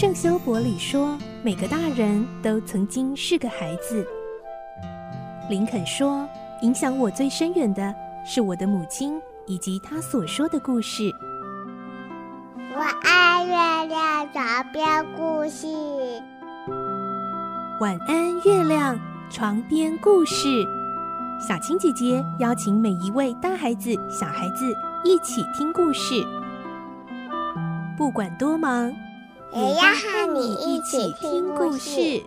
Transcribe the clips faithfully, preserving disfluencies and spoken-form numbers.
圣修伯里说，每个大人都曾经是个孩子。林肯说，影响我最深远的是我的母亲以及她所说的故事。 我爱月亮床边故事。 晚安，月亮床边故事。小青姐姐邀请每一位大孩子、小孩子一起听故事，不管多忙， 也要和你一起听故事。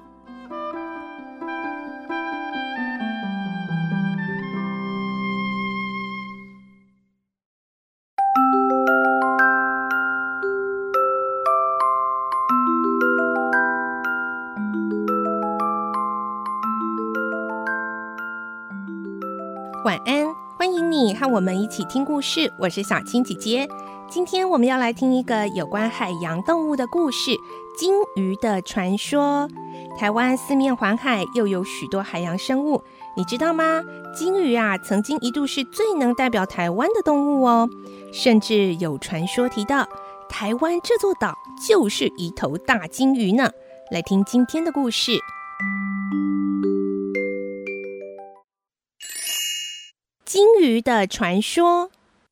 晚安，欢迎你和我们一起听故事，我是小青姐姐。今天我们要来听一个有关海洋动物的故事——鲸鱼的传说。台湾四面环海，又有许多海洋生物，你知道吗？鲸鱼啊，曾经一度是最能代表台湾的动物哦。甚至有传说提到，台湾这座岛就是一头大鲸鱼呢。来听今天的故事。鲸鱼的传说。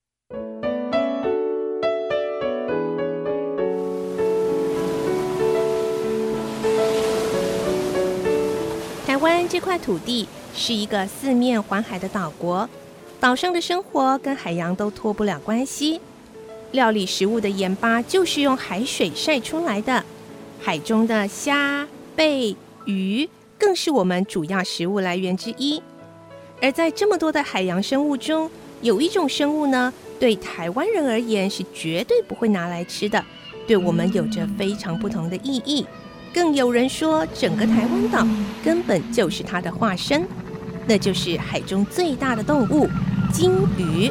台湾这块土地是一个四面环海的岛国，岛上的生活跟海洋都脱不了关系。料理食物的盐巴就是用海水晒出来的，海中的虾、贝、鱼更是我们主要食物来源之一。而在这么多的海洋生物中，有一种生物呢，对台湾人而言是绝对不会拿来吃的，对我们有着非常不同的意义。更有人说，整个台湾岛根本就是它的化身，那就是海中最大的动物——鲸鱼。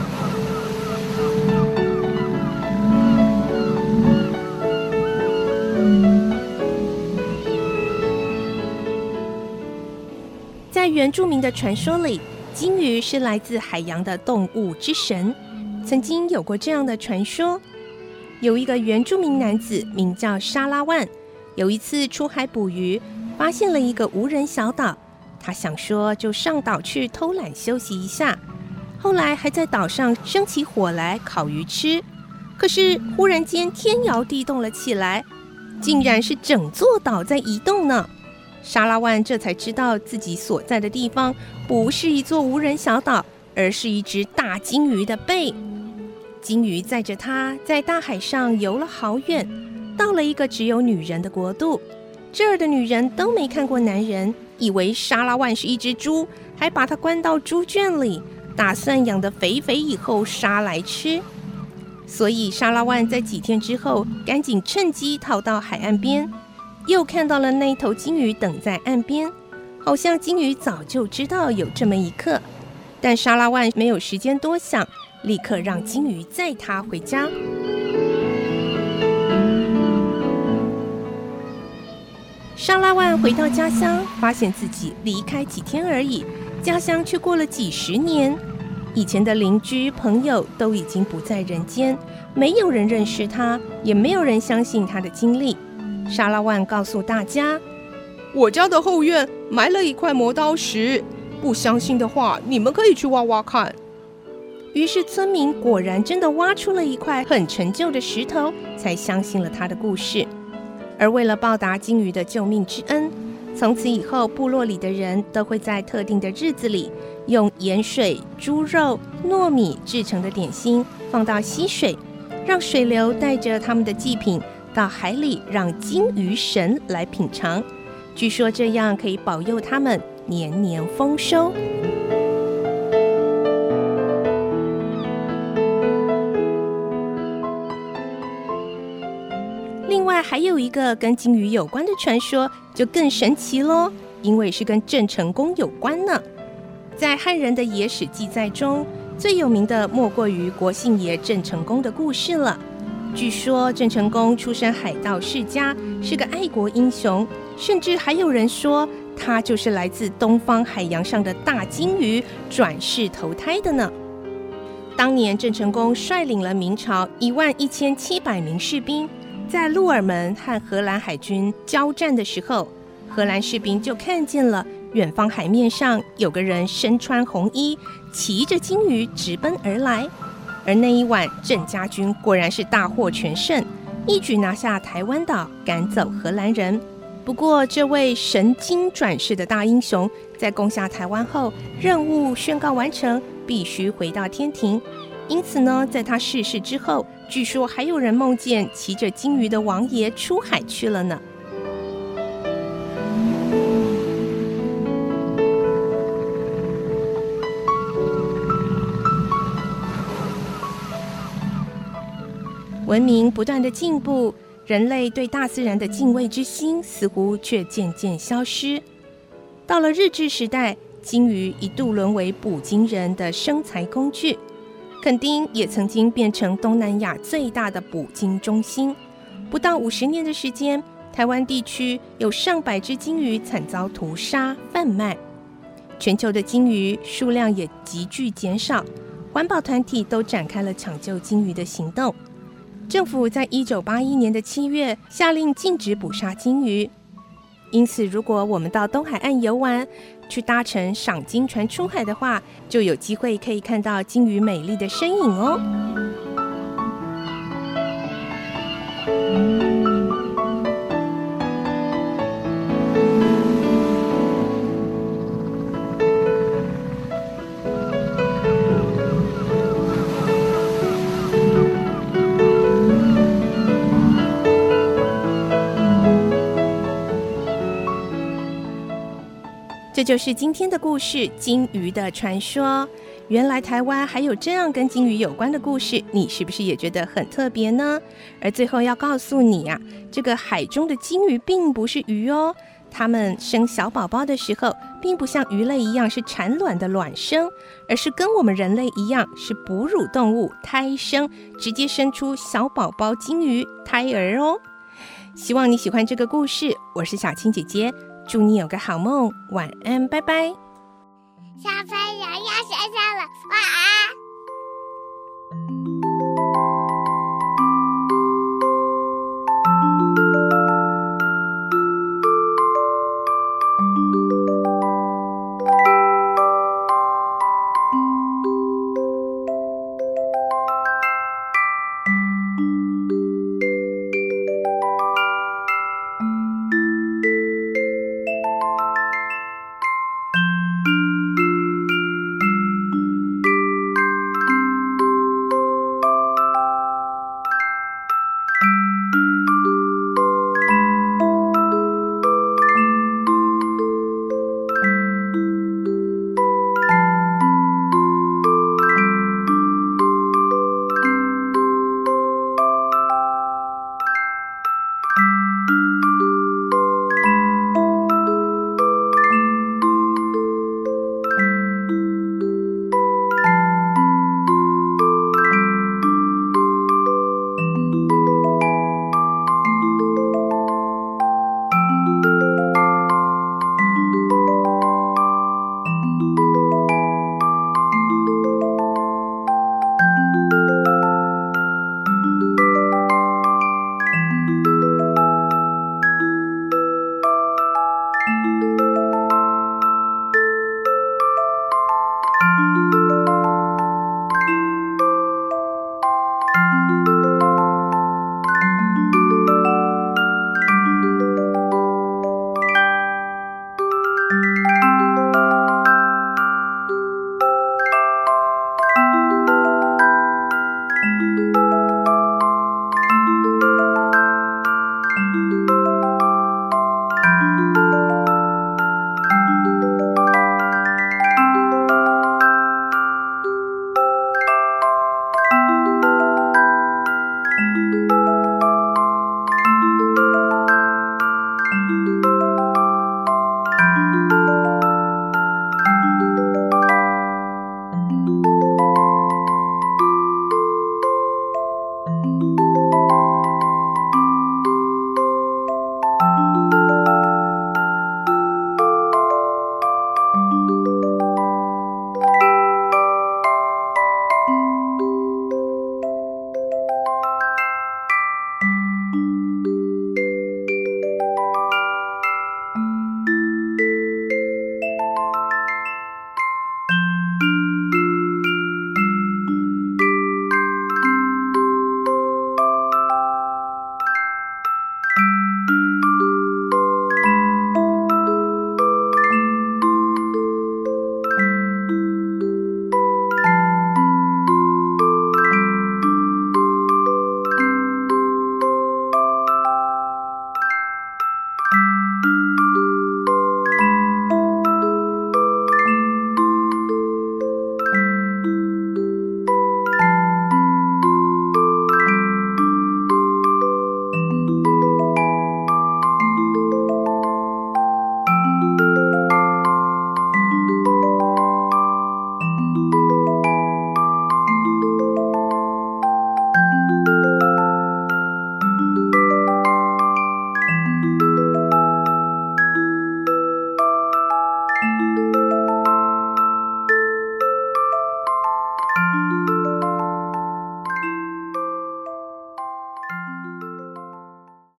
在原住民的传说里，鲸鱼是来自海洋的动物之神。曾经有过这样的传说，有一个原住民男子名叫沙拉万，有一次出海捕鱼，发现了一个无人小岛，他想说就上岛去偷懒休息一下，后来还在岛上生起火来烤鱼吃。可是忽然间天摇地动了起来，竟然是整座岛在移动呢。沙拉万这才知道自己所在的地方不是一座无人小岛，而是一只大鲸鱼的背。鲸鱼载着他在大海上游了好远，到了一个只有女人的国度。这儿的女人都没看过男人，以为沙拉万是一只猪，还把他关到猪圈里，打算养得肥肥以后杀来吃。所以沙拉万在几天之后赶紧趁机逃到海岸边，又看到了那头鲸鱼等在岸边，好像鲸鱼早就知道有这么一刻。但沙拉万没有时间多想，立刻让鲸鱼载他回家。沙拉万回到家乡，发现自己离开几天而已，家乡却过了几十年。以前的邻居朋友都已经不在人间，没有人认识他，也没有人相信他的经历。沙拉万告诉大家， 我家的后院埋了一块磨刀石，不相信的话你们可以去挖挖看。 于是村民果然真的挖出了一块很陈旧的石头，才相信了他的故事。而为了报答鲸鱼的救命之恩，从此以后部落里的人都会在特定的日子里，用盐水、猪肉、糯米制成的点心放到溪水，让水流带着他们的祭品到海里，让鲸鱼神来品尝。据说这样可以保佑他们年年丰收。另外还有一个跟鲸鱼有关的传说就更神奇咯，因为是跟郑成功有关呢。在汉人的野史记载中，最有名的莫过于国姓爷郑成功的故事了。据说郑成功出身海盗世家，是个爱国英雄，甚至还有人说他就是来自东方海洋上的大鲸鱼转世投胎的呢。当年郑成功率领了明朝一万一千七百名士兵， 在鹿耳门和荷兰海军交战的时候，荷兰士兵就看见了远方海面上有个人身穿红衣，骑着鲸鱼直奔而来。而那一晚，郑家军果然是大获全胜，一举拿下台湾岛，赶走荷兰人。不过，这位神经转世的大英雄，在攻下台湾后，任务宣告完成，必须回到天庭。因此呢，在他逝世之后，据说还有人梦见骑着鲸鱼的王爷出海去了呢。文明不断的进步，人类对大自然的敬畏之心似乎却渐渐消失。到了日治时代，鲸鱼一度沦为捕鲸人的生财工具，垦丁也曾经变成东南亚最大的捕鲸中心。不到五十年的时间，台湾地区有上百只鲸鱼惨遭屠杀贩卖，全球的鲸鱼数量也急剧减少，环保团体都展开了抢救鲸鱼的行动。政府在一九八一年的七月下令禁止捕杀鲸鱼，因此如果我们到东海岸游玩，去搭乘赏鲸船出海的话，就有机会可以看到鲸鱼美丽的身影哦。这就是今天的故事，鲸鱼的传说。原来台湾还有这样跟鲸鱼有关的故事，你是不是也觉得很特别呢？而最后要告诉你啊，这个海中的鲸鱼并不是鱼哦，它们生小宝宝的时候，并不像鱼类一样是产卵的卵生，而是跟我们人类一样是哺乳动物，胎生，直接生出小宝宝鲸鱼胎儿哦。希望你喜欢这个故事，我是小青姐姐，祝你有个好梦，晚安，拜拜。 小朋友要睡觉了，晚安。